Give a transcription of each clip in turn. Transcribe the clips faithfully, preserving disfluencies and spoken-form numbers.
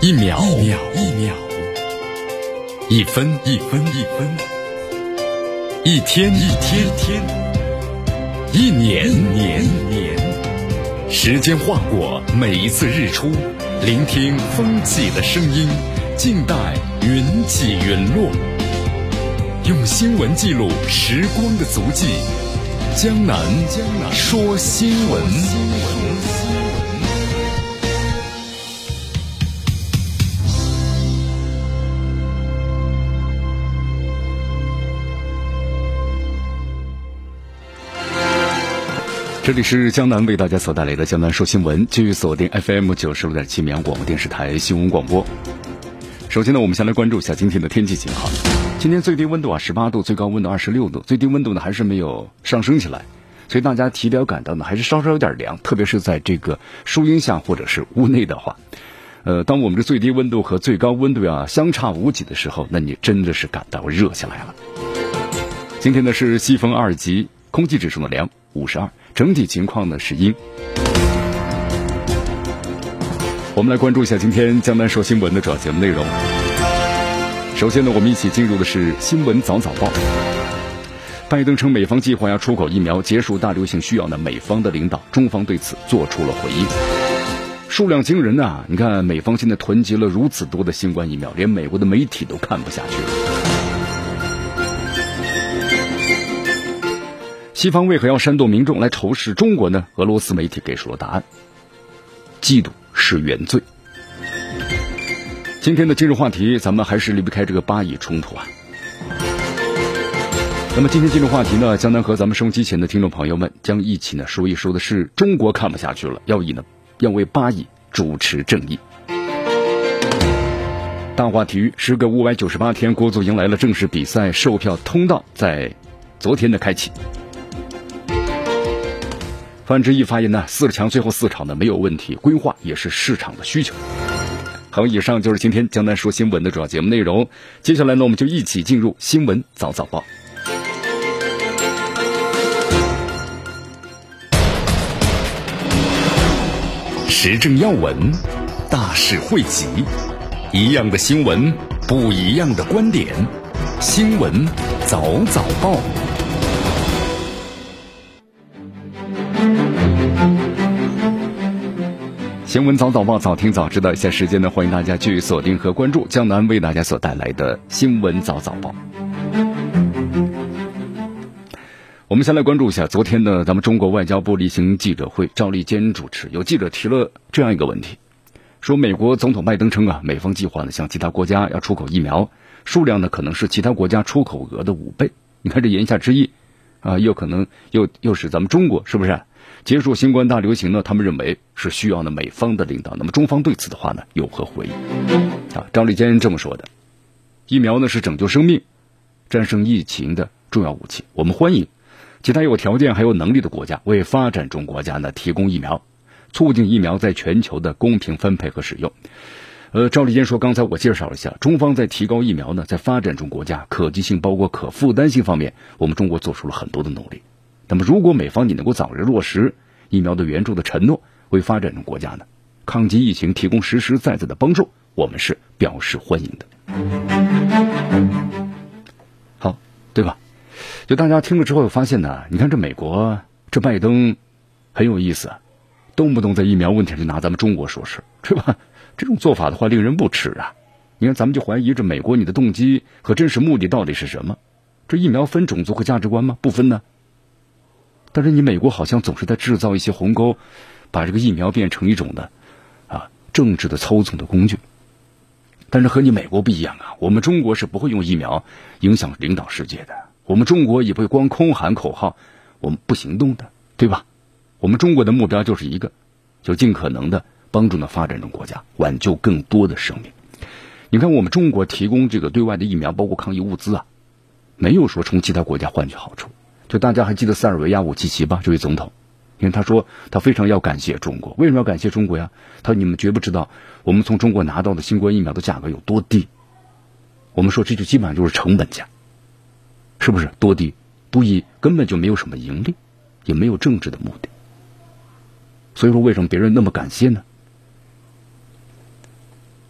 一秒一秒一秒，一分一分一分，一天一天天，一年年年。时间划过每一次日出，聆听风起的声音，静待云起云落。用新闻记录时光的足迹，江南说新闻。这里是江南为大家所带来的江南说新闻，继续锁定 F M 九十六点七绵阳广播电视台新闻广播。首先呢，我们先来关注一下今天的天气情况。今天最低温度啊十八度，最高温度二十六度，最低温度呢还是没有上升起来，所以大家体表感到呢还是稍稍有点凉，特别是在这个树荫下或者是屋内的话，呃，当我们的最低温度和最高温度啊相差无几的时候，那你真的是感到热起来了。今天呢是西风二级，空气指数呢良五十二，整体情况呢是阴。我们来关注一下今天江南说新闻的主要节目内容。首先呢，我们一起进入的是新闻早早报。拜登称美方计划要出口疫苗，结束大流行需要呢，美方的领导中方对此做出了回应。数量惊人啊！你看美方现在囤积了如此多的新冠疫苗，连美国的媒体都看不下去了。西方为何要煽动民众来仇视中国呢？俄罗斯媒体给出了答案：嫉妒是原罪。今天的今日话题，咱们还是离不开这个巴以冲突啊。那么今天今日话题呢，江南和咱们收音机前的听众朋友们将一起呢说一说的是中国看不下去了，要以呢要为巴以主持正义。大话体育，时隔五百九十八天，国足迎来了正式比赛售票通道在昨天的开启。范志毅发言呢，四强最后四场呢没有问题，规划也是市场的需求。好，以上就是今天江南说新闻的主要节目内容。接下来呢，我们就一起进入新闻早早报。时政要闻，大事汇集，一样的新闻，不一样的观点。新闻早早报。新闻早早报，早听早知道。一下时间呢，欢迎大家继续锁定和关注江南为大家所带来的新闻早早报。我们先来关注一下昨天呢，咱们中国外交部例行记者会，赵立坚主持，有记者提了这样一个问题，说美国总统拜登称啊，美方计划呢向其他国家要出口疫苗，数量呢可能是其他国家出口额的五倍。你看这言下之意啊，又可能又又是咱们中国是不是？结束新冠大流行呢，他们认为是需要呢美方的领导。那么中方对此的话呢有何回应啊？赵立坚这么说的：疫苗呢是拯救生命、战胜疫情的重要武器，我们欢迎其他有条件还有能力的国家为发展中国家呢提供疫苗，促进疫苗在全球的公平分配和使用。呃，赵立坚说，刚才我介绍了一下，中方在提高疫苗呢在发展中国家可及性包括可负担性方面，我们中国做出了很多的努力。那么如果美方你能够早日落实疫苗的援助的承诺，为发展中国家呢抗击疫情提供实实在在的帮助，我们是表示欢迎的。好，对吧？就大家听了之后发现呢，你看这美国这拜登很有意思啊，动不动在疫苗问题上就拿咱们中国说事，对吧？这种做法的话令人不齿啊。你看咱们就怀疑这美国你的动机和真实目的到底是什么？这疫苗分种族和价值观吗？不分呢。但是你美国好像总是在制造一些鸿沟，把这个疫苗变成一种的啊政治的操纵的工具。但是和你美国不一样啊，我们中国是不会用疫苗影响领导世界的，我们中国也不会光空喊口号，我们不行动的，对吧？我们中国的目标就是一个，就尽可能的帮助呢发展中国家挽救更多的生命。你看我们中国提供这个对外的疫苗包括抗疫物资啊，没有说从其他国家换取好处。就大家还记得塞尔维亚武契奇吧，这位总统，因为他说他非常要感谢中国。为什么要感谢中国呀？他说你们绝不知道我们从中国拿到的新冠疫苗的价格有多低。我们说这就基本上就是成本价，是不是多低？不以根本就没有什么盈利，也没有政治的目的。所以说为什么别人那么感谢呢？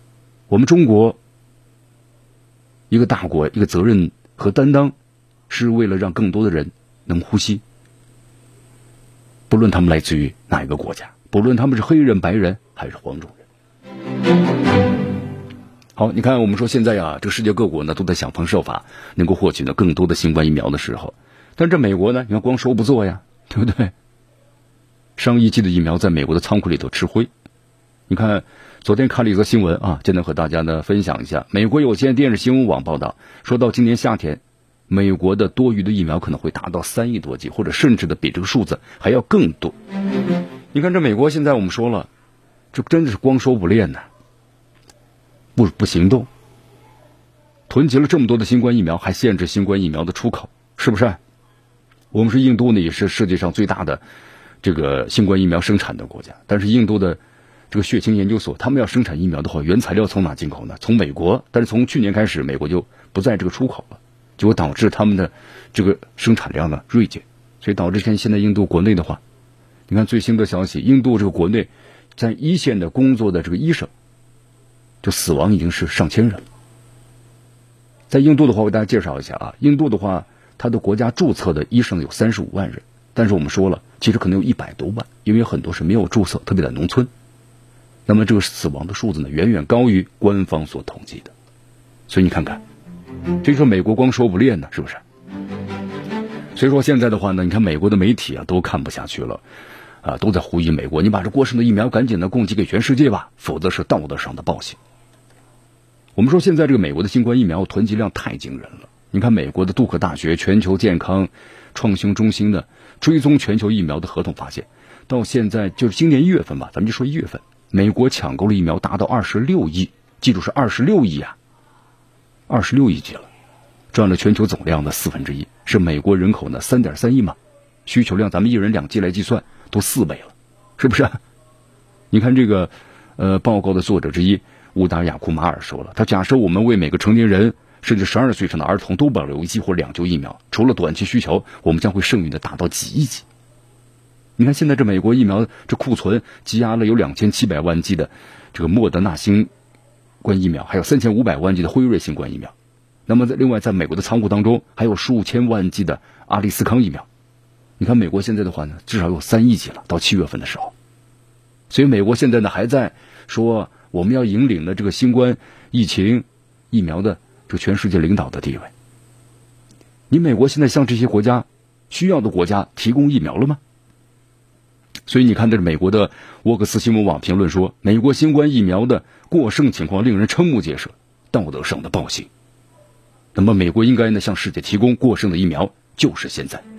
我们中国一个大国，一个责任和担当，是为了让更多的人能呼吸，不论他们来自于哪一个国家，不论他们是黑人、白人还是黄种人。好，你看我们说现在啊，这个世界各国呢都在想方设法能够获取呢更多的新冠疫苗的时候，但这美国呢，你看光说不做呀，对不对？上亿剂的疫苗在美国的仓库里头吃灰。你看昨天看了一则新闻啊，简单和大家呢分享一下。美国有线电视新闻网报道，说到今年夏天，美国的多余的疫苗可能会达到三亿多剂，或者甚至的比这个数字还要更多。你看这美国现在我们说了，这真的是光说不练呢，不不行动，囤积了这么多的新冠疫苗，还限制新冠疫苗的出口，是不是？我们是印度呢，也是世界上最大的这个新冠疫苗生产的国家，但是印度的这个血清研究所，他们要生产疫苗的话，原材料从哪进口呢？从美国，但是从去年开始，美国就不在这个出口了，结果导致他们的这个生产量呢锐减，所以导致现在印度国内的话，你看最新的消息，印度这个国内在一线的工作的这个医生，就死亡已经是上千人了。在印度的话，我给大家介绍一下啊，印度的话，它的国家注册的医生有三十五万人，但是我们说了，其实可能有一百多万，因为很多是没有注册，特别在农村。那么这个死亡的数字呢，远远高于官方所统计的。所以你看看，这说美国光说不练呢，是不是？所以说现在的话呢，你看美国的媒体啊都看不下去了，啊，都在呼吁美国，你把这过剩的疫苗赶紧的供给给全世界吧，否则是道德上的暴行。我们说现在这个美国的新冠疫苗囤积量太惊人了。你看美国的杜克大学全球健康创新中心的追踪全球疫苗的合同发现，到现在就是今年一月份吧，咱们就说一月份，美国抢购了疫苗达到二十六亿，记住是二十六亿啊，二十六亿剂了，占了全球总量的四分之一，是美国人口呢三点三亿嘛，需求量咱们一人两剂来计算都四倍了，是不是？你看这个呃报告的作者之一乌达雅库马尔说了，他假设我们为每个成年人甚至十二岁以上的儿童都保留一剂或两剂疫苗，除了短期需求，我们将会剩余的达到几亿剂。你看现在这美国疫苗这库存积压了有两千七百万剂的这个莫德纳新冠疫苗，还有三千五百万剂的辉瑞新冠疫苗。那么在另外在美国的仓库当中还有数千万剂的阿利斯康疫苗。你看美国现在的话呢，至少有三亿剂了，到七月份的时候。所以美国现在呢还在说我们要引领的这个新冠疫情疫苗的这个全世界领导的地位。你美国现在向这些国家需要的国家提供疫苗了吗？所以你看这是美国的沃克斯新闻网评论说，美国新冠疫苗的过剩情况令人瞠目结舌，道德上的暴行。那么美国应该呢向世界提供过剩的疫苗，就是现在。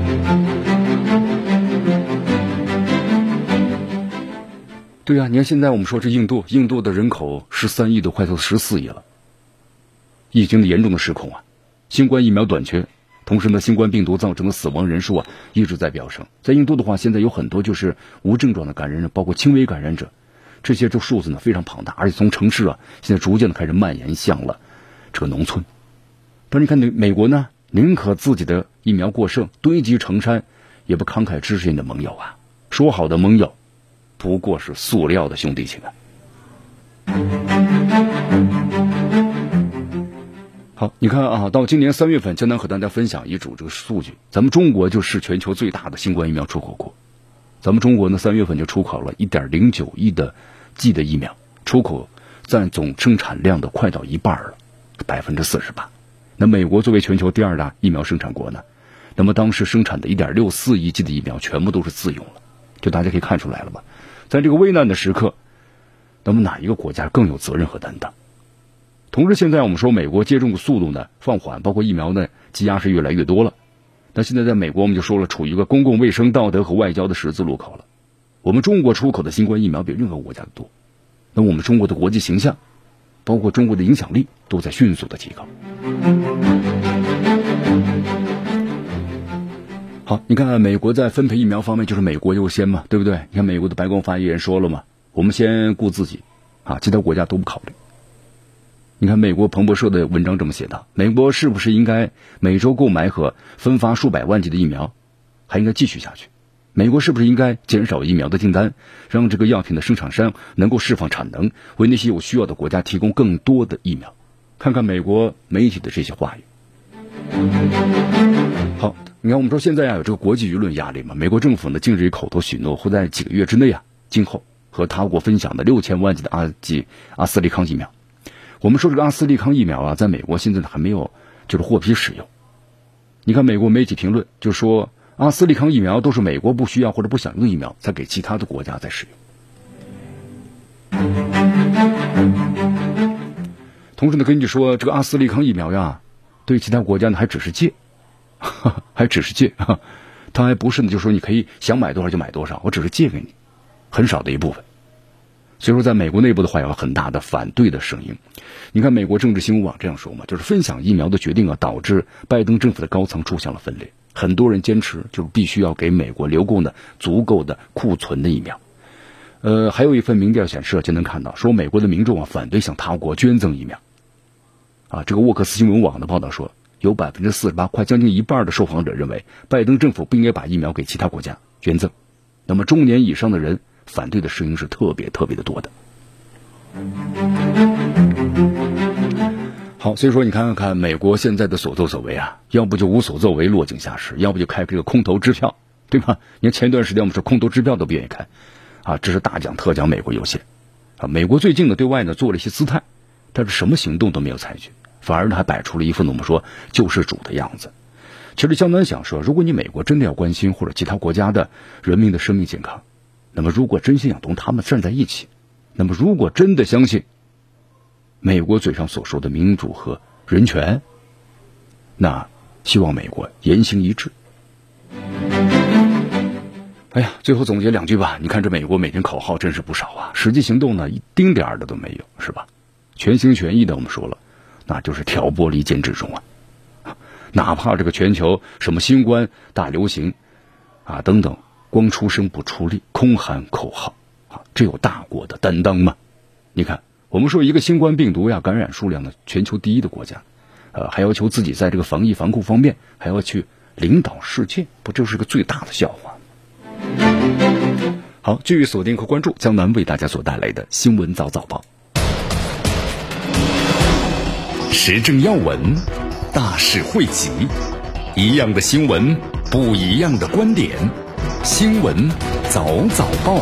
对啊，你看现在我们说这印度，印度的人口十三亿都快到十四亿了，疫情的严重的失控啊，新冠疫苗短缺，同时呢，新冠病毒造成的死亡人数啊一直在飙升。在印度的话，现在有很多就是无症状的感染者，包括轻微感染者，这些这数字呢非常庞大，而且从城市啊现在逐渐的开始蔓延向了这个农村。但是你看美国呢，宁可自己的疫苗过剩堆积成山，也不慷慨支持你的盟友啊，说好的盟友不过是塑料的兄弟情啊。好，你看啊，到今年三月份，江南和大家分享一组这个数据，咱们中国就是全球最大的新冠疫苗出口国。咱们中国呢，三月份就出口了 一点零九亿的剂的疫苗，出口占总生产量的快到一半了，百分之四十八。那美国作为全球第二大疫苗生产国呢，那么当时生产的 一点六四亿剂的疫苗全部都是自用了，就大家可以看出来了吧？在这个危难的时刻，那么哪一个国家更有责任和担当？同时现在我们说美国接种的速度呢放缓，包括疫苗呢积压是越来越多了。那现在在美国我们就说了，处于一个公共卫生道德和外交的十字路口了。我们中国出口的新冠疫苗比任何国家的多，那我们中国的国际形象，包括中国的影响力都在迅速的提高。好，你看美国在分配疫苗方面就是美国优先嘛，对不对？你看美国的白宫发言人说了嘛，我们先顾自己啊，其他国家都不考虑。你看美国彭博社的文章这么写的，美国是不是应该每周购买和分发数百万剂的疫苗，还应该继续下去？ 美国是不是应该减少疫苗的订单，让这个药品的生产商能够释放产能，为那些有需要的国家提供更多的疫苗？看看美国媒体的这些话语。好，你看我们说现在啊有这个国际舆论压力嘛，美国政府呢近日口头许诺会在几个月之内啊，今后和他国分享的六千万剂的阿剂阿斯利康疫苗。我们说这个阿斯利康疫苗啊，在美国现在还没有就是获批使用。你看美国媒体评论就说，阿斯利康疫苗都是美国不需要或者不想用的疫苗，才给其他的国家在使用。同时呢，根据说这个阿斯利康疫苗呀，对其他国家呢还只是借，还只是借啊，他还不是呢，就说你可以想买多少就买多少，我只是借给你，很少的一部分。所以说，在美国内部的话有很大的反对的声音。你看美国政治新闻网这样说嘛，就是分享疫苗的决定啊，导致拜登政府的高层出现了分裂。很多人坚持就是必须要给美国留够呢足够的库存的疫苗。呃，还有一份民调显示就能看到，说美国的民众啊反对向他国捐赠疫苗。啊，这个沃克斯新闻网的报道说，有百分之四十八，快将近一半的受访者认为，拜登政府不应该把疫苗给其他国家捐赠。那么中年以上的人反对的声音是特别特别的多的。好，所以说你看看美国现在的所作所为啊，要不就无所作为落井下石，要不就开这个空头支票，对吧？你看前一段时间我们说空头支票都不愿意开啊，这是大讲特讲美国优先啊。美国最近呢对外呢做了一些姿态，但是什么行动都没有采取，反而呢还摆出了一副我们说救世主的样子。其实江南想说，如果你美国真的要关心或者其他国家的人民的生命健康，那么如果真心想同他们站在一起，那么如果真的相信美国嘴上所说的民主和人权，那希望美国言行一致。哎呀，最后总结两句吧，你看这美国每天口号真是不少啊，实际行动呢一丁点儿的都没有，是吧？全心全意的我们说了，那就是挑拨离间之中啊。哪怕这个全球什么新冠大流行啊等等，光出声不出力，空喊口号啊，这有大国的担当吗？你看我们说一个新冠病毒呀感染数量呢全球第一的国家，呃还要求自己在这个防疫防控方面还要去领导世界，不就是个最大的笑话？好，继续锁定和关注江南为大家所带来的新闻早早报， 时政要闻，大事汇集，一样的新闻，不一样的观点。新闻早早报，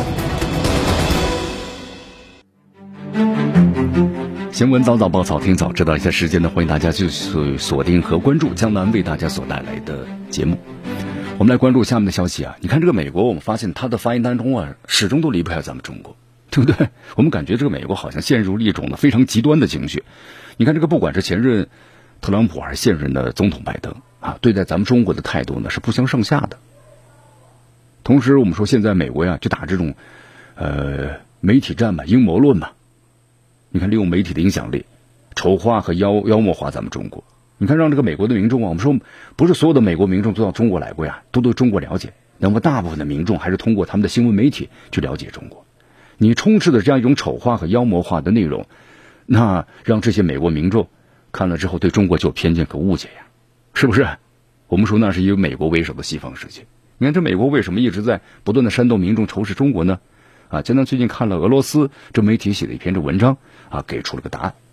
新闻早早报，早听早知道。一下时间呢，欢迎大家继续锁定和关注江南为大家所带来的节目。我们来关注下面的消息啊！你看这个美国，我们发现它的发言当中啊，始终都离不开咱们中国，对不对？我们感觉这个美国好像陷入了一种呢非常极端的情绪。你看这个，不管是前任特朗普还是现任的总统拜登啊，对待咱们中国的态度呢是不相上下的。同时，我们说现在美国呀就打这种呃媒体战嘛、阴谋论嘛。你看利用媒体的影响力，丑化和妖妖魔化咱们中国。你看让这个美国的民众啊，我们说不是所有的美国民众都到中国来过呀，都对中国了解。那么大部分的民众还是通过他们的新闻媒体去了解中国。你充斥的这样一种丑化和妖魔化的内容，那让这些美国民众看了之后对中国就有偏见和误解呀，是不是？我们说那是以美国为首的西方世界。你看这美国为什么一直在不断的煽动民众仇视中国呢？啊，江南最近看了俄罗斯这媒体写的一篇这文章啊，给出了个答案。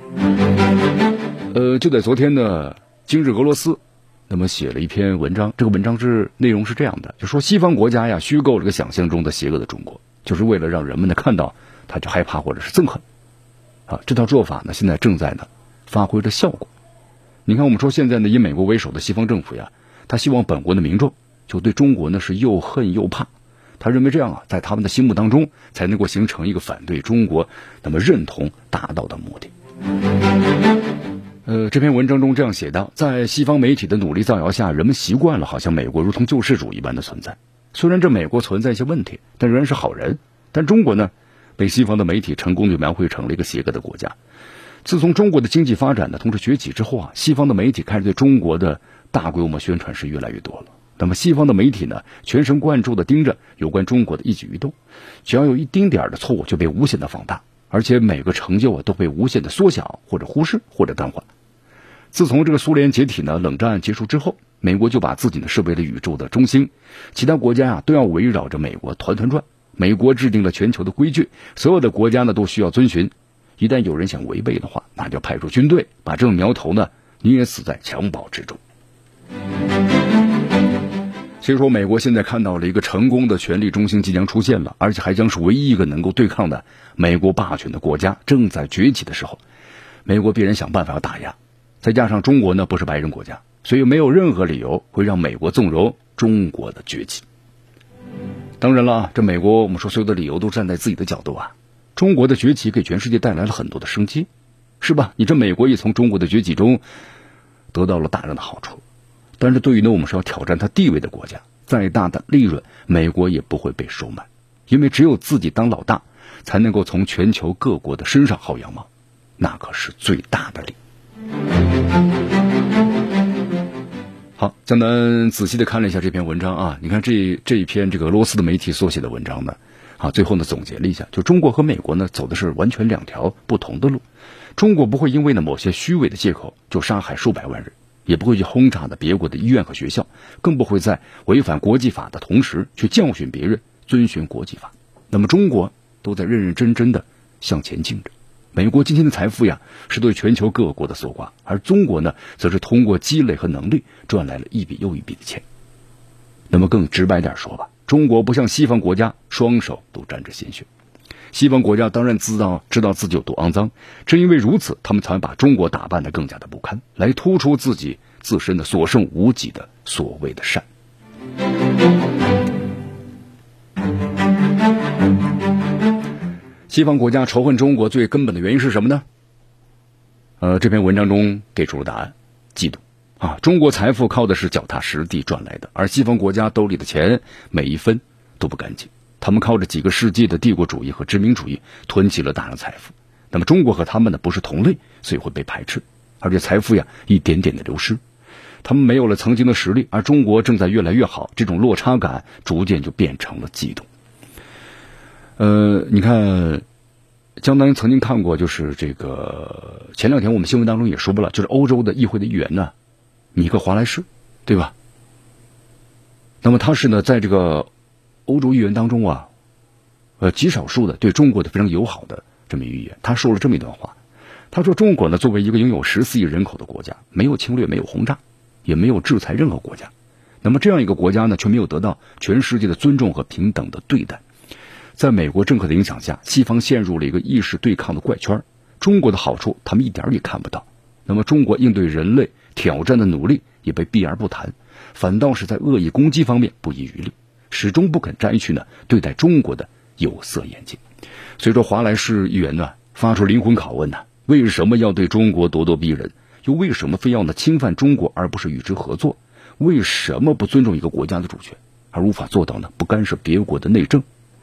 呃，就在昨天呢，今日俄罗斯那么写了一篇文章，这个文章是内容是这样的，就说西方国家呀虚构这个想象中的邪恶的中国，就是为了让人们呢看到他就害怕或者是憎恨啊。这套做法呢现在正在呢发挥着效果。你看我们说现在呢以美国为首的西方政府呀，他希望本国的民众就对中国呢是又恨又怕，他认为这样啊在他们的心目当中才能够形成一个反对中国那么认同达到的目的。呃，这篇文章中这样写道，在西方媒体的努力造谣下，人们习惯了好像美国如同救世主一般的存在。虽然这美国存在一些问题，但仍然是好人。但中国呢，被西方的媒体成功地描绘成了一个邪恶的国家。自从中国的经济发展呢同时崛起之后啊，西方的媒体开始对中国的大规模宣传是越来越多了。那么西方的媒体呢，全神贯注地盯着有关中国的一举一动，只要有一丁点的错误就被无限的放大，而且每个成就啊都被无限的缩小或者忽视或者淡化。自从这个苏联解体呢，冷战结束之后， 美国就把自己呢视为了宇宙的中心，其他国家啊都要围绕着美国团团转。美国制定了全球的规矩，所有的国家呢都需要遵循。一旦有人想违背的话，那就派出军队，把这种苗头呢捏死在襁褓之中。所以说，美国现在看到了一个成功的权力中心即将出现了，而且还将是唯一一个能够对抗的美国霸权的国家正在崛起的时候，美国必然想办法要打压。再加上中国呢不是白人国家，所以没有任何理由会让美国纵容中国的崛起。当然了，这美国我们说所有的理由都站在自己的角度啊。中国的崛起给全世界带来了很多的生机，是吧？你这美国也从中国的崛起中得到了大量的好处。但是对于呢我们说要挑战它地位的国家，再大的利润，美国也不会被收买，因为只有自己当老大，才能够从全球各国的身上薅羊毛，那可是最大的利。好，江南仔细的看了一下这篇文章啊，你看这这一篇这个俄罗斯的媒体所写的文章呢，啊，最后呢总结了一下，就中国和美国呢走的是完全两条不同的路。中国不会因为呢某些虚伪的借口就杀害数百万人，也不会去轰炸的别国的医院和学校，更不会在违反国际法的同时去教训别人遵循国际法。那么中国都在认认真真的向前进着。美国今天的财富呀是对全球各国的搜刮，而中国呢则是通过积累和能力赚来了一笔又一笔的钱。那么更直白点说吧，中国不像西方国家双手都沾着鲜血。西方国家当然知道知道自己有多肮脏，正因为如此，他们才会把中国打扮得更加的不堪，来突出自己自身的所剩无几的所谓的善。西方国家仇恨中国最根本的原因是什么呢？呃，这篇文章中给出了答案：嫉妒啊！中国财富靠的是脚踏实地赚来的，而西方国家兜里的钱每一分都不干净。他们靠着几个世纪的帝国主义和殖民主义囤积了大量财富。那么中国和他们呢不是同类，所以会被排斥，而且财富呀一点点的流失。他们没有了曾经的实力，而中国正在越来越好，这种落差感逐渐就变成了嫉妒。呃，你看，江南曾经看过，就是这个前两天我们新闻当中也说了，就是欧洲的议会的议员呢，尼克华莱士，对吧？那么他是呢，在这个欧洲议员当中啊，呃，极少数的对中国的非常友好的这么一议员，他说了这么一段话，他说中国呢，作为一个拥有十四亿人口的国家，没有侵略，没有轰炸，也没有制裁任何国家，那么这样一个国家呢，却没有得到全世界的尊重和平等的对待。在美国政客的影响下，西方陷入了一个意识对抗的怪圈，中国的好处他们一点也看不到，那么中国应对人类挑战的努力也被避而不谈，反倒是在恶意攻击方面不遗余力，始终不肯摘去呢对待中国的有色眼镜。所以说华莱士议员呢发出灵魂拷问呢，为什么要对中国咄咄逼人，又为什么非要呢侵犯中国而不是与之合作？为什么不尊重一个国家的主权，而无法做到呢不干涉别国的内政？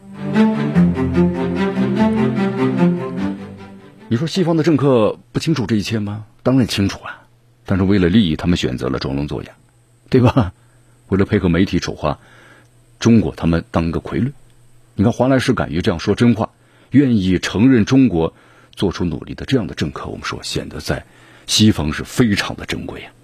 你说西方的政客不清楚这一切吗？当然清楚啊，但是为了利益他们选择了装聋作哑，对吧？为了配合媒体丑化中国，他们当个傀儡。你看华莱士敢于这样说真话，愿意承认中国做出努力的这样的政客，我们说显得在西方是非常的珍贵啊。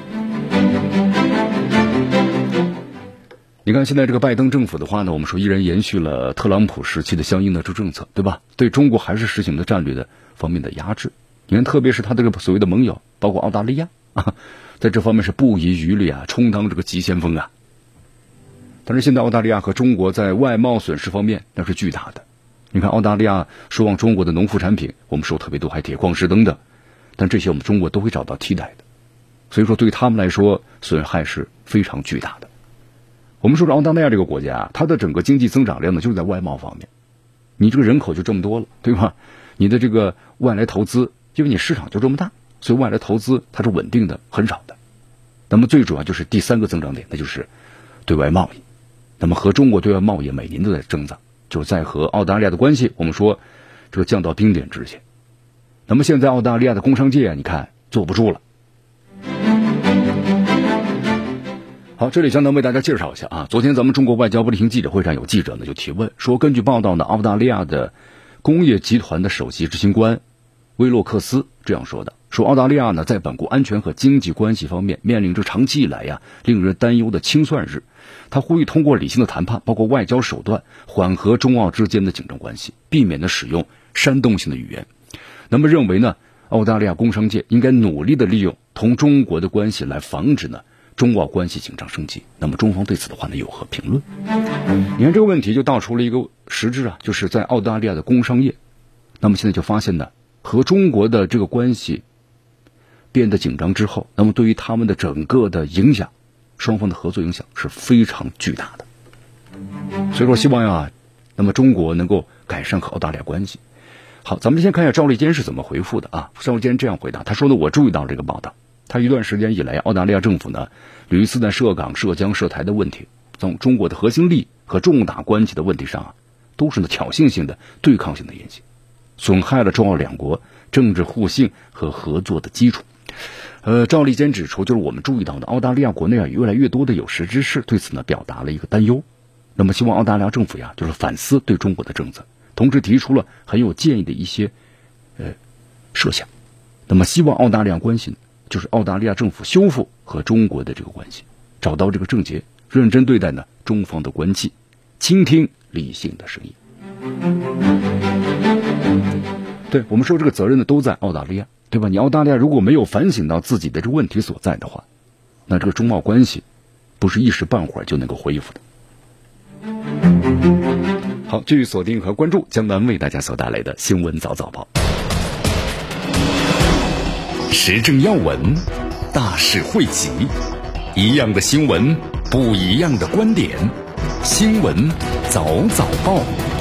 你看现在这个拜登政府的话呢，我们说依然延续了特朗普时期的相应的政策，对吧？对中国还是实行的战略的方面的压制。你看特别是他这个所谓的盟友，包括澳大利亚啊，在这方面是不遗余力啊，充当这个急先锋啊。但是现在澳大利亚和中国在外贸损失方面那是巨大的。你看澳大利亚输往中国的农副产品，我们说特别多，还铁矿石等等，但这些我们中国都会找到替代的，所以说对他们来说损害是非常巨大的。我们说澳大利亚这个国家，它的整个经济增长量呢，就是在外贸方面。你这个人口就这么多了，对吧？你的这个外来投资，因为你市场就这么大，所以外来投资它是稳定的，很少的。那么最主要就是第三个增长点，那就是对外贸易。那么和中国对外贸易每年都在增长，就是在和澳大利亚的关系，我们说这个降到冰点之前。那么现在澳大利亚的工商界啊，你看坐不住了。好，这里相当为大家介绍一下啊。昨天咱们中国外交部例行记者会上有记者呢就提问说，根据报道呢，澳大利亚的工业集团的首席执行官威洛克斯这样说的， 说澳大利亚呢在本国安全和经济关系方面面临着长期以来呀令人担忧的清算日。他呼吁通过理性的谈判，包括外交手段，缓和中澳之间的紧张关系，避免呢使用煽动性的语言。那么认为呢，澳大利亚工商界应该努力的利用同中国的关系来防止呢中澳关系紧张升级。那么中方对此的话呢有何评论？你看这个问题就道出了一个实质啊，就是在澳大利亚的工商业，那么现在就发现呢，和中国的这个关系变得紧张之后，那么对于他们的整个的影响，双方的合作影响是非常巨大的。所以说希望呀，那么中国能够改善和澳大利亚关系。好，咱们先看一下赵立坚是怎么回复的啊。赵立坚这样回答，他说呢，我注意到这个报道，他一段时间以来，澳大利亚政府呢屡次在涉港、涉疆、涉台的问题，从中国的核心利益和重大关系的问题上啊，都是呢挑衅性的、对抗性的言行，损害了中澳两国政治互信和合作的基础。呃，赵立坚指出，就是我们注意到的，澳大利亚国内啊越来越多的有识之士对此呢表达了一个担忧。那么希望澳大利亚政府呀，就是反思对中国的政策，同时提出了很有建议的一些呃设想。那么希望澳大利亚关系呢，就是澳大利亚政府修复和中国的这个关系，找到这个症结，认真对待呢中方的关切，倾听理性的声音。对，我们说这个责任呢都在澳大利亚，对吧？你澳大利亚如果没有反省到自己的这个问题所在的话，那这个中澳关系不是一时半会儿就能够恢复的。好，继续锁定和关注江南为大家所带来的新闻早早报。 时政要闻，大事汇集，一样的新闻，不一样的观点。新闻早早报。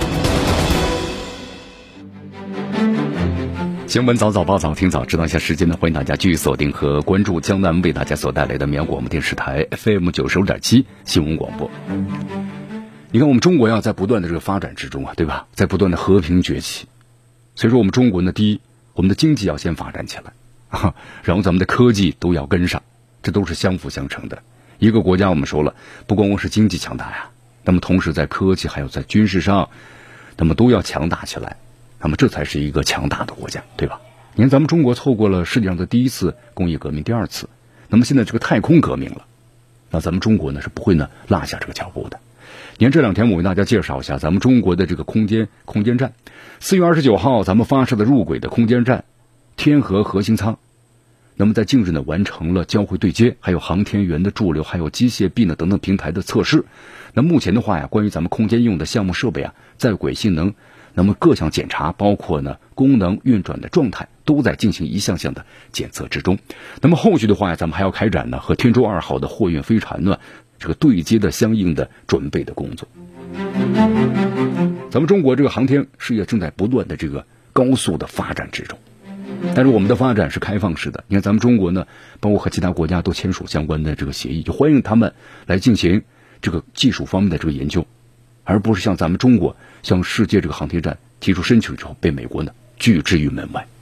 新闻早早报，早听早知道一下时间呢，欢迎大家继续锁定和关注江南为大家所带来的绵阳广播电视台 F M 九十五点七新闻广播。你看我们中国呀，在不断的这个发展之中啊，对吧？在不断的和平崛起。所以说我们中国呢，第一，我们的经济要先发展起来啊，然后咱们的科技都要跟上，这都是相辅相成的。一个国家我们说了，不光光是经济强大呀，那么同时在科技还有在军事上，那么都要强大起来，那么这才是一个强大的国家，对吧？你看咱们中国错过了世界上的第一次工业革命，第二次，那么现在这个太空革命了，那咱们中国呢是不会呢落下这个脚步的。你看这两天我为大家介绍一下咱们中国的这个空间空间站，四月二十九号咱们发射的入轨的空间站天河核心舱，那么在近日呢完成了交会对接，还有航天员的驻留，还有机械臂呢等等平台的测试。那目前的话呀，关于咱们空间应用的项目设备啊，在轨性能，那么各项检查，包括呢功能运转的状态，都在进行一项项的检测之中。那么后续的话呀，咱们还要开展呢和天舟二号的货运飞船呢这个对接的相应的准备的工作。咱们中国这个航天事业正在不断的这个高速的发展之中，但是我们的发展是开放式的。你看咱们中国呢，包括和其他国家都签署相关的这个协议，就欢迎他们来进行这个技术方面的这个研究，而不是像咱们中国向世界这个航天站提出申请之后被美国呢拒之于门外。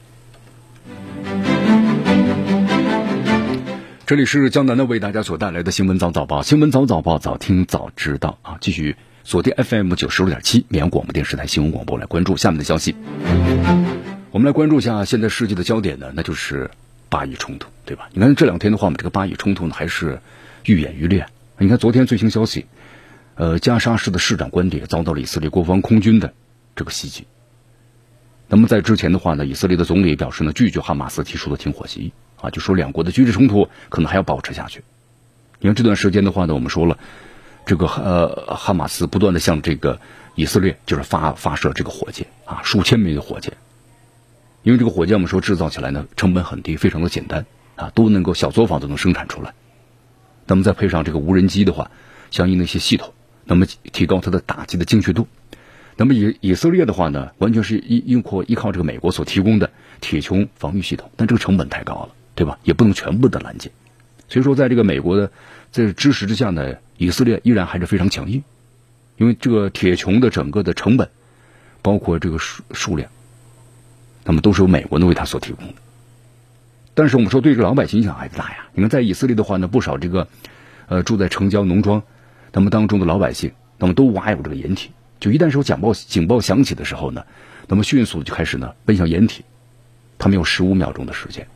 这里是江南的为大家所带来的新闻早早报，新闻早早报，早听早知道啊！继续锁定 F M 九十六点七绵阳广播电视台新闻广播，来关注下面的消息。我们来关注一下现在世界的焦点呢，那就是巴以冲突，对吧？你看这两天的话，我们这个巴以冲突呢还是愈演愈烈。你看昨天最新消息，呃，加沙市的市长官邸遭到了以色列国防空军的这个袭击。那么在之前的话呢，以色列的总理表示呢，拒绝哈马斯提出的停火协议啊，就说两国的军事冲突可能还要保持下去。因为这段时间的话呢，我们说了，这个呃哈马斯不断的向这个以色列就是发发射这个火箭啊，数千枚的火箭。因为这个火箭我们说制造起来呢成本很低，非常的简单啊，都能够小作坊都能生产出来。那么再配上这个无人机的话，相应的一些系统，那么提高它的打击的精确度。那么以以色列的话呢，完全是依依靠依靠这个美国所提供的铁穹防御系统，但这个成本太高了，对吧？也不能全部的拦截。所以说在这个美国的这支持之下呢，以色列依然还是非常强硬，因为这个铁穹的整个的成本包括这个数数量，那么都是由美国呢为他所提供的。但是我们说对这个老百姓影响还是大呀。你看在以色列的话呢，不少这个呃住在城郊农庄那么当中的老百姓，那么都挖有这个掩体，就一旦是有警报警报响起的时候呢，那么迅速就开始呢奔向掩体，他们有十五秒钟的时间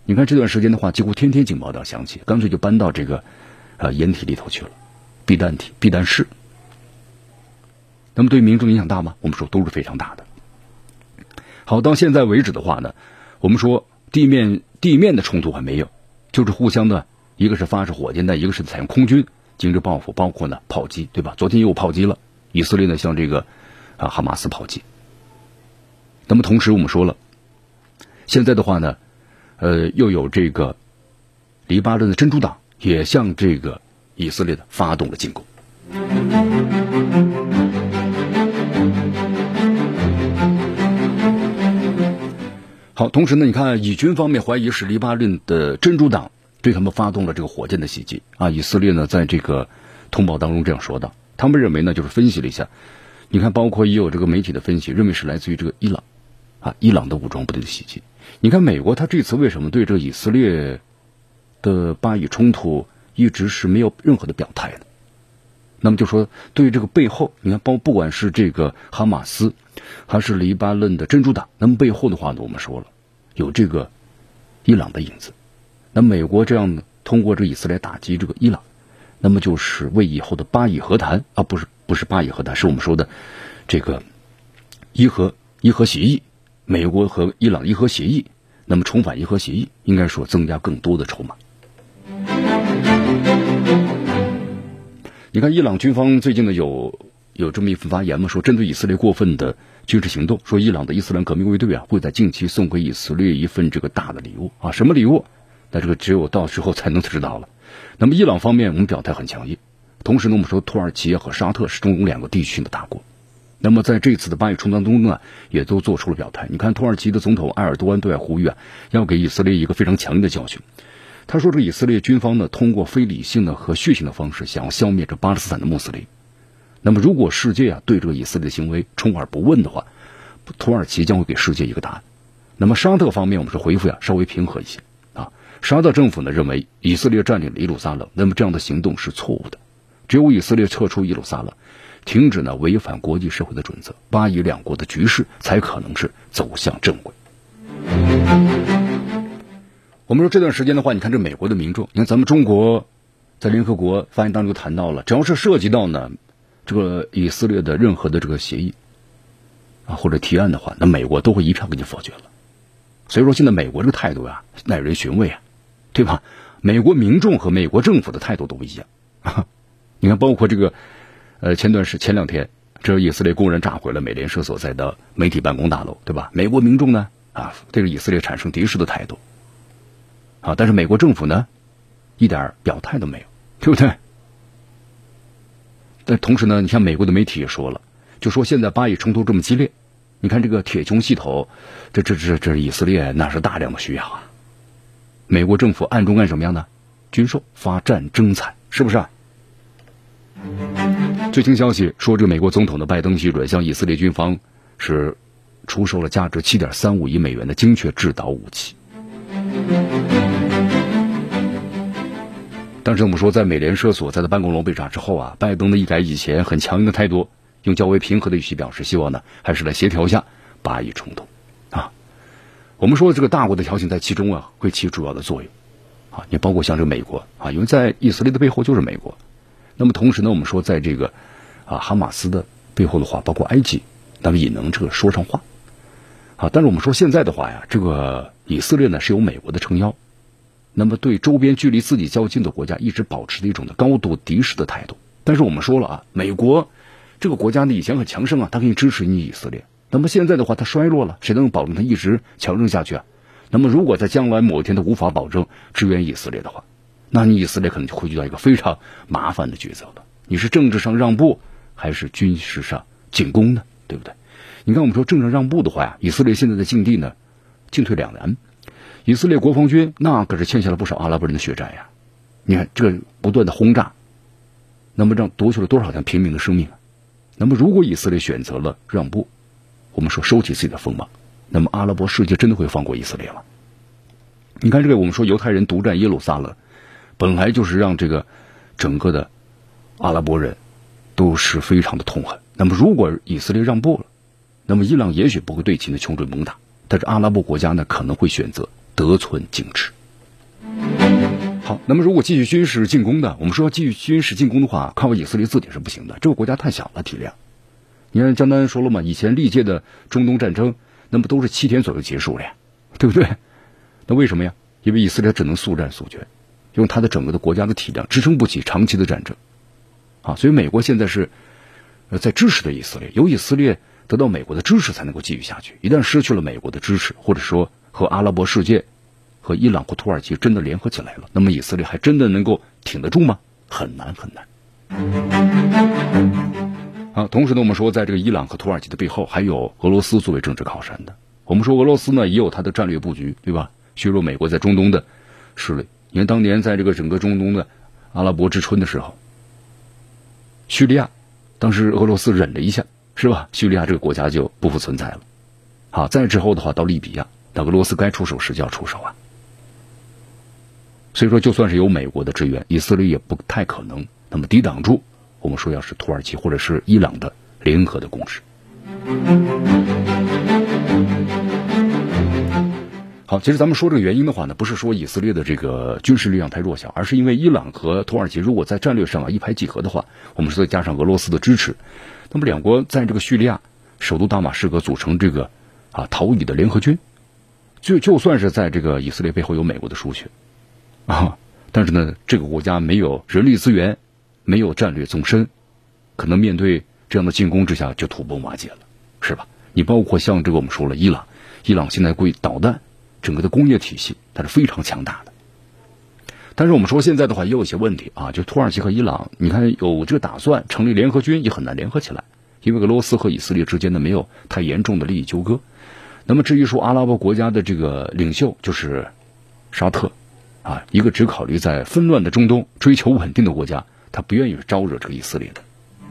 你看这段时间的话，几乎天天警报都要响起，干脆就搬到这个呃掩体里头去了，避弹体、避弹室。那么对民众影响大吗？我们说都是非常大的。好，到现在为止的话呢，我们说地面地面的冲突还没有，就是互相的，一个是发射火箭弹，一个是采用空军进行报复，包括呢炮击，对吧？昨天又有炮击了，以色列呢向这个啊哈马斯炮击。那么同时我们说了，现在的话呢，呃，又有这个黎巴嫩的真主党也向这个以色列的发动了进攻。好，同时呢，你看以军方面怀疑是黎巴嫩的真主党对他们发动了这个火箭的袭击啊。以色列呢在这个通报当中这样说道，他们认为呢就是分析了一下，你看包括也有这个媒体的分析，认为是来自于这个伊朗啊，伊朗的武装部队的袭击。你看美国他这次为什么对这个以色列的巴以冲突一直是没有任何的表态呢？那么就说对这个背后，你看包不管是这个哈马斯还是黎巴嫩的真主党，那么背后的话呢，我们说了有这个伊朗的影子。那美国这样通过这个以色列打击这个伊朗，那么就是为以后的巴以和谈啊，不是不是巴以和谈，是我们说的这个伊核伊核协议，美国和伊朗伊核协议，那么重返伊核协议，应该说增加更多的筹码。你看伊朗军方最近呢有有这么一份发言嘛，说针对以色列过分的军事行动，说伊朗的伊斯兰革命卫队啊会在近期送给以色列一份这个大的礼物啊，什么礼物？那这个只有到时候才能知道了。那么伊朗方面我们表态很强硬，同时呢我们说土耳其和沙特是中东两个地区的大国，那么在这次的巴以冲突当中呢也都做出了表态。你看土耳其的总统埃尔多安对外呼吁啊，要给以色列一个非常强硬的教训。他说这个以色列军方呢通过非理性的和血腥的方式想要消灭这巴勒斯坦的穆斯林，那么如果世界啊对这个以色列的行为充耳不闻的话，土耳其将会给世界一个答案。那么沙特方面我们是回复呀稍微平和一些啊，沙特政府呢认为以色列占领了耶路撒冷，那么这样的行动是错误的，只有以色列撤出耶路撒冷，停止呢违反国际社会的准则，巴以两国的局势才可能是走向正轨。我们说这段时间的话，你看这美国的民众，你看咱们中国在联合国发言当中谈到了，只要是涉及到呢这个以色列的任何的这个协议啊或者提案的话，那美国都会一票给你否决了。所以说现在美国这个态度啊耐人寻味啊，对吧？美国民众和美国政府的态度都不一样啊。你看包括这个呃前段时前两天，这以色列公然炸毁了美联社所在的媒体办公大楼，对吧？美国民众呢啊对着以色列产生敌视的态度啊，但是美国政府呢一点表态都没有，对不对？但同时呢，你像美国的媒体也说了，就说现在巴以冲突这么激烈，你看这个铁穹系统，这这这这以色列那是大量的需要啊。美国政府暗中干什么样呢？军售发战争财，是不是啊？最新消息说，这个美国总统的拜登批准向以色列军方是出售了价值 七点三五亿美元的精确制导武器。但是我们说，在美联社所在的办公楼被炸之后啊，拜登的一改以前很强硬的态度，用较为平和的语气表示，希望呢还是来协调一下巴以冲突啊。我们说这个大国的调停在其中啊会起主要的作用啊，也包括像这个美国啊，因为在以色列的背后就是美国。那么同时呢，我们说在这个啊哈马斯的背后的话，包括埃及，那么也能这个说上话啊。但是我们说现在的话呀，这个以色列呢是有美国的撑腰，那么对周边距离自己较近的国家一直保持着一种的高度敌视的态度。但是我们说了啊，美国这个国家呢以前很强盛啊，它可以支持你以色列，那么现在的话它衰落了，谁能保证它一直强盛下去啊？那么如果在将来某一天它无法保证支援以色列的话，那你以色列可能就会遇到一个非常麻烦的抉择了，你是政治上让步还是军事上进攻呢？对不对？你看我们说政治让步的话呀，以色列现在的境地呢进退两难，以色列国防军那可是欠下了不少阿拉伯人的血债呀。你看这个不断的轰炸，那么让夺去了多少条平民的生命啊？那么如果以色列选择了让步，我们说收起自己的锋芒，那么阿拉伯世界真的会放过以色列吗？你看这个我们说犹太人独占耶路撒冷，本来就是让这个整个的阿拉伯人都是非常的痛恨。那么如果以色列让步了，那么伊朗也许不会对其的穷追猛打，但是阿拉伯国家呢可能会选择得寸进尺。好，那么如果继续军事进攻的，我们说继续军事进攻的话，靠以色列自己是不行的，这个国家太小了体量。你看江丹说了嘛，以前历届的中东战争，那么都是七天左右结束了呀，对不对？那为什么呀？因为以色列只能速战速决，用他的整个的国家的体量支撑不起长期的战争啊。所以美国现在是呃在支持的以色列，有以色列得到美国的支持才能够继续下去。一旦失去了美国的支持，或者说和阿拉伯世界和伊朗或土耳其真的联合起来了，那么以色列还真的能够挺得住吗？很难很难。啊，同时呢，我们说在这个伊朗和土耳其的背后，还有俄罗斯作为政治靠山的。我们说俄罗斯呢也有它的战略布局，对吧？削弱美国在中东的势力。因为当年在这个整个中东的阿拉伯之春的时候，叙利亚当时俄罗斯忍了一下，是吧？叙利亚这个国家就不复存在了。好，再之后的话到利比亚，那俄罗斯该出手时就要出手啊。所以说，就算是有美国的支援，以色列也不太可能那么抵挡住我们说要是土耳其或者是伊朗的联合的攻势。好，其实咱们说这个原因的话呢，不是说以色列的这个军事力量太弱小，而是因为伊朗和土耳其如果在战略上啊一拍即合的话，我们说再加上俄罗斯的支持，那么两国在这个叙利亚首都大马士革组成这个啊逃逸的联合军，就就算是在这个以色列背后有美国的输血啊，但是呢，这个国家没有人力资源，没有战略纵深，可能面对这样的进攻之下就土崩瓦解了，是吧？你包括像这个我们说了伊朗，伊朗现在归导弹整个的工业体系它是非常强大的，但是我们说现在的话也有一些问题啊，就土耳其和伊朗，你看有这个打算成立联合军也很难联合起来，因为俄罗斯和以色列之间呢没有太严重的利益纠葛。那么至于说阿拉伯国家的这个领袖就是沙特啊，一个只考虑在纷乱的中东追求稳定的国家，他不愿意招惹这个以色列的。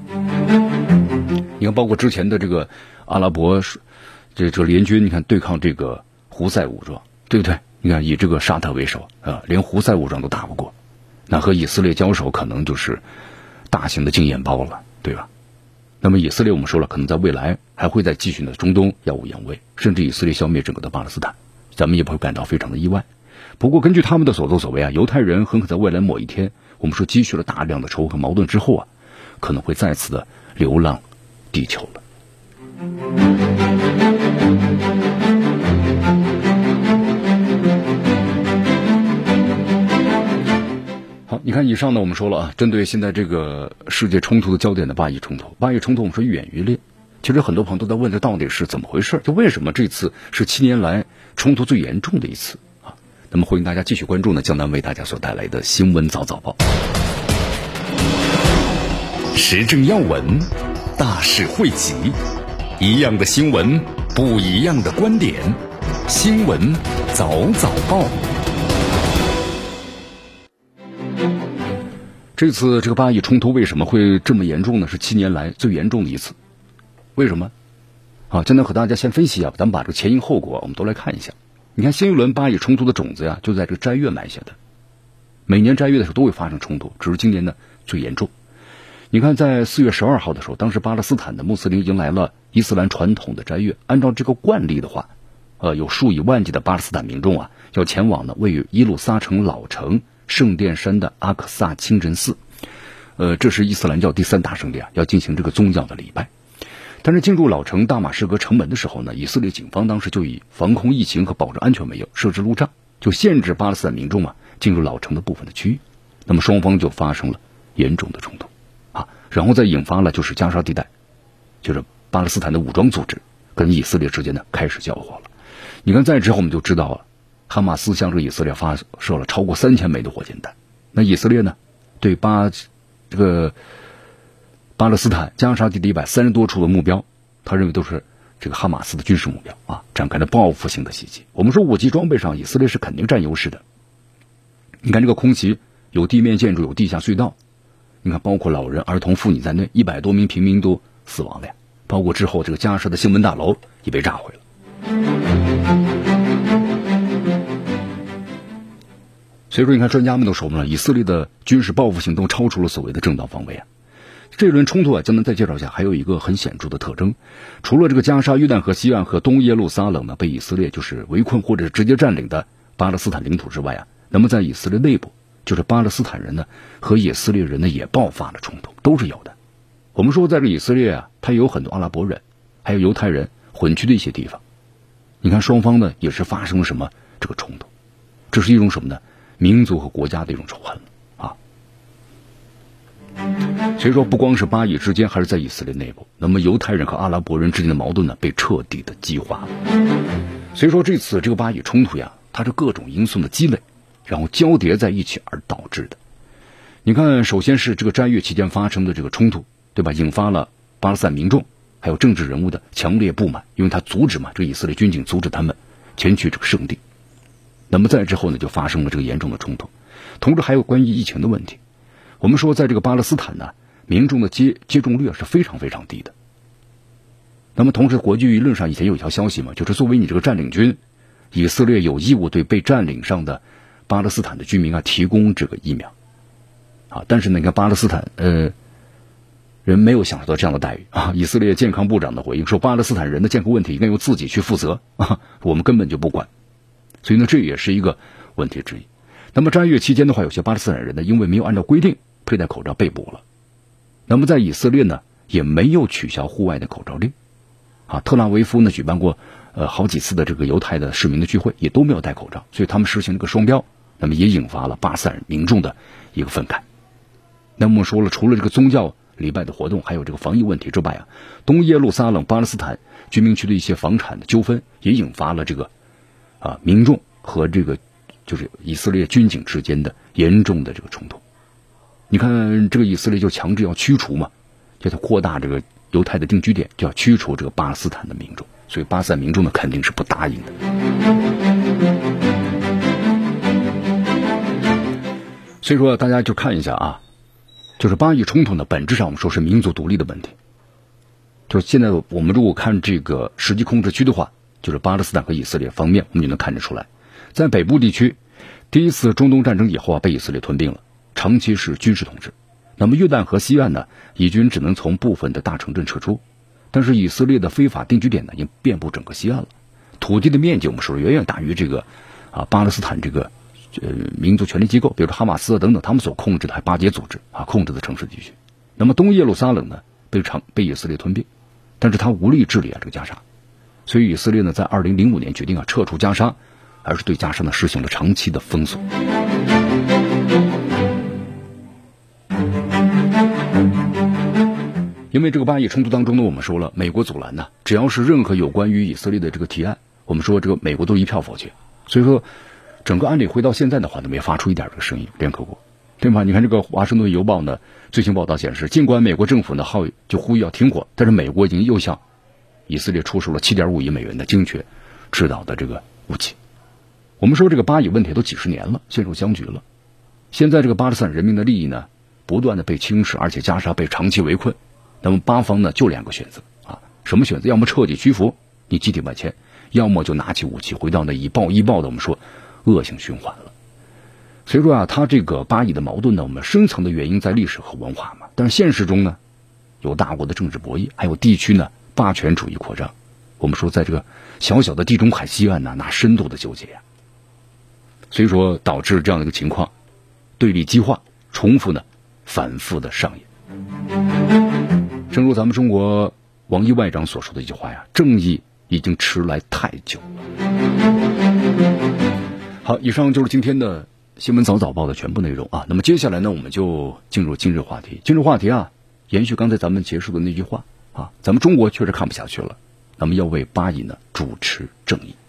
你看包括之前的这个阿拉伯这这联军，你看对抗这个胡塞武装，对不对？你看以这个沙特为首啊，连胡塞武装都打不过，那和以色列交手可能就是大型的经验包了，对吧？那么以色列我们说了，可能在未来还会再继续的中东耀武扬威，甚至以色列消灭整个的巴勒斯坦，咱们也不会感到非常的意外。不过根据他们的所作所为啊，犹太人很可能在未来某一天，我们说积蓄了大量的仇恨矛盾之后啊，可能会再次的流浪地球了。好，你看以上呢，我们说了啊，针对现在这个世界冲突的焦点的巴以冲突，巴以冲突我们说愈演愈烈。其实很多朋友都在问，这到底是怎么回事？就为什么这次是七年来冲突最严重的一次啊？那么欢迎大家继续关注呢江南为大家所带来的新闻早早报， 时政要闻，大事汇集，一样的新闻，不一样的观点，新闻早早报。 这次这个巴以冲突为什么会这么严重呢？是七年来最严重的一次。为什么？好，今天和大家先分析啊，咱们把这个前因后果我们都来看一下。你看新一轮巴以冲突的种子呀，就在这个斋月埋下的。每年斋月的时候都会发生冲突，只是今年呢最严重。你看在四月十二号的时候，当时巴勒斯坦的穆斯林迎来了伊斯兰传统的斋月，按照这个惯例的话，呃，有数以万计的巴勒斯坦民众啊，要前往呢位于耶路撒城老城圣殿山的阿克萨清真寺，呃，这是伊斯兰教第三大圣殿，要进行这个宗教的礼拜。但是进入老城大马士革城门的时候呢，以色列警方当时就以防控疫情和保证安全为由，设置路障，就限制巴勒斯坦民众啊进入老城的部分的区域。那么双方就发生了严重的冲突啊，然后再引发了就是加沙地带，就是巴勒斯坦的武装组织跟以色列之间呢开始交火了。你看再之后我们就知道了，哈马斯向这个以色列发射了超过三千枚的火箭弹。那以色列呢，对巴这个巴勒斯坦加沙地的一百三十多处的目标，他认为都是这个哈马斯的军事目标啊，展开了报复性的袭击。我们说武器装备上，以色列是肯定占优势的。你看这个空袭有地面建筑，有地下隧道，你看包括老人、儿童、妇女在内，一百多名平民都死亡了呀。包括之后这个加沙的新闻大楼也被炸毁了。所以说你看专家们都说了，以色列的军事报复行动超出了所谓的正当防卫啊。这一轮冲突啊，江南再介绍一下，还有一个很显著的特征，除了这个加沙、约旦河西岸和东耶路撒冷呢被以色列就是围困或者是直接占领的巴勒斯坦领土之外啊，那么在以色列内部，就是巴勒斯坦人呢和以色列人呢也爆发了冲突，都是有的。我们说在这以色列啊，它有很多阿拉伯人还有犹太人混居的一些地方，你看双方呢也是发生了什么这个冲突，这是一种什么呢？民族和国家的一种仇恨啊。所以说不光是巴以之间，还是在以色列内部，那么犹太人和阿拉伯人之间的矛盾呢被彻底的激化了。所以说这次这个巴以冲突呀，它是各种因素的积累，然后交叠在一起而导致的。你看，首先是这个斋月期间发生的这个冲突，对吧？引发了巴勒斯坦民众还有政治人物的强烈不满，因为他阻止嘛，这个以色列军警阻止他们前去这个圣地。那么在之后呢，就发生了这个严重的冲突。同时还有关于疫情的问题。我们说在这个巴勒斯坦呢，民众的接接种率是非常非常低的。那么同时国际舆论上以前有一条消息嘛，就是作为你这个占领军，以色列有义务对被占领上的巴勒斯坦的居民啊提供这个疫苗啊。但是呢，你看巴勒斯坦呃人没有享受到这样的待遇啊。以色列健康部长的回应说，巴勒斯坦人的健康问题应该由自己去负责啊，我们根本就不管。所以呢，这也是一个问题之一。那么斋月期间的话，有些巴勒斯坦人呢，因为没有按照规定佩戴口罩被捕了。那么在以色列呢，也没有取消户外的口罩令啊。特拉维夫呢举办过呃好几次的这个犹太的市民的聚会，也都没有戴口罩，所以他们实行了一个双标，那么也引发了巴勒斯坦民众的一个愤慨。那么我说了，除了这个宗教礼拜的活动，还有这个防疫问题之外啊，东耶路撒冷巴勒斯坦居民区的一些房产的纠纷，也引发了这个啊民众和这个就是以色列军警之间的严重的这个冲突。你看这个以色列就强制要驱除嘛，就要扩大这个犹太的定居点，就要驱除这个巴勒斯坦的民众，所以巴勒斯坦民众呢肯定是不答应的。所以说大家就看一下啊，就是巴以冲突呢本质上我们说是民族独立的问题。就是现在我们如果看这个实际控制区的话，就是巴勒斯坦和以色列方面，我们就能看得出来，在北部地区第一次中东战争以后啊，被以色列吞并了，长期是军事统治。那么约旦河西岸呢，以军只能从部分的大城镇撤出，但是以色列的非法定居点呢已经遍布整个西岸了，土地的面积我们说远远大于这个啊巴勒斯坦这个呃民族权力机构，比如说哈马斯啊等等他们所控制的还巴结组织啊控制的城市地区。那么东耶路撒冷呢被长被以色列吞并，但是他无力治理啊这个加沙，所以以色列呢在二零零五年决定啊撤出加沙，而是对加沙呢实行了长期的封锁。因为这个巴以冲突当中呢，我们说了，美国阻拦呢，只要是任何有关于以色列的这个提案，我们说这个美国都一票否决。所以说，整个案理回到现在的话呢，没发出一点这个声音，联合国，对吧？你看这个华盛顿邮报呢，最新报道显示，尽管美国政府呢号就呼吁要停火，但是美国已经又向以色列出售了 七点五亿美元的精确制导的这个武器。我们说这个巴以问题都几十年了，陷入僵局了。现在这个巴勒斯坦人民的利益呢，不断的被侵蚀，而且加沙被长期围困。那么巴方呢就两个选择啊，什么选择？要么彻底屈服，你集体外迁，要么就拿起武器回到那以暴易暴的我们说恶性循环了。所以说啊，他这个巴以的矛盾呢，我们深层的原因在历史和文化嘛，但是现实中呢，有大国的政治博弈，还有地区呢霸权主义扩张。我们说在这个小小的地中海西岸呢，那深度的纠结呀、啊，所以说导致这样的一个情况，对立激化，重复呢反复的上演。正如咱们中国王毅外长所说的一句话呀，正义已经迟来太久了。好，以上就是今天的新闻早早报的全部内容啊。那么接下来呢，我们就进入今日话题。今日话题啊，延续刚才咱们结束的那句话啊，咱们中国确实看不下去了，那么要为巴以呢主持正义。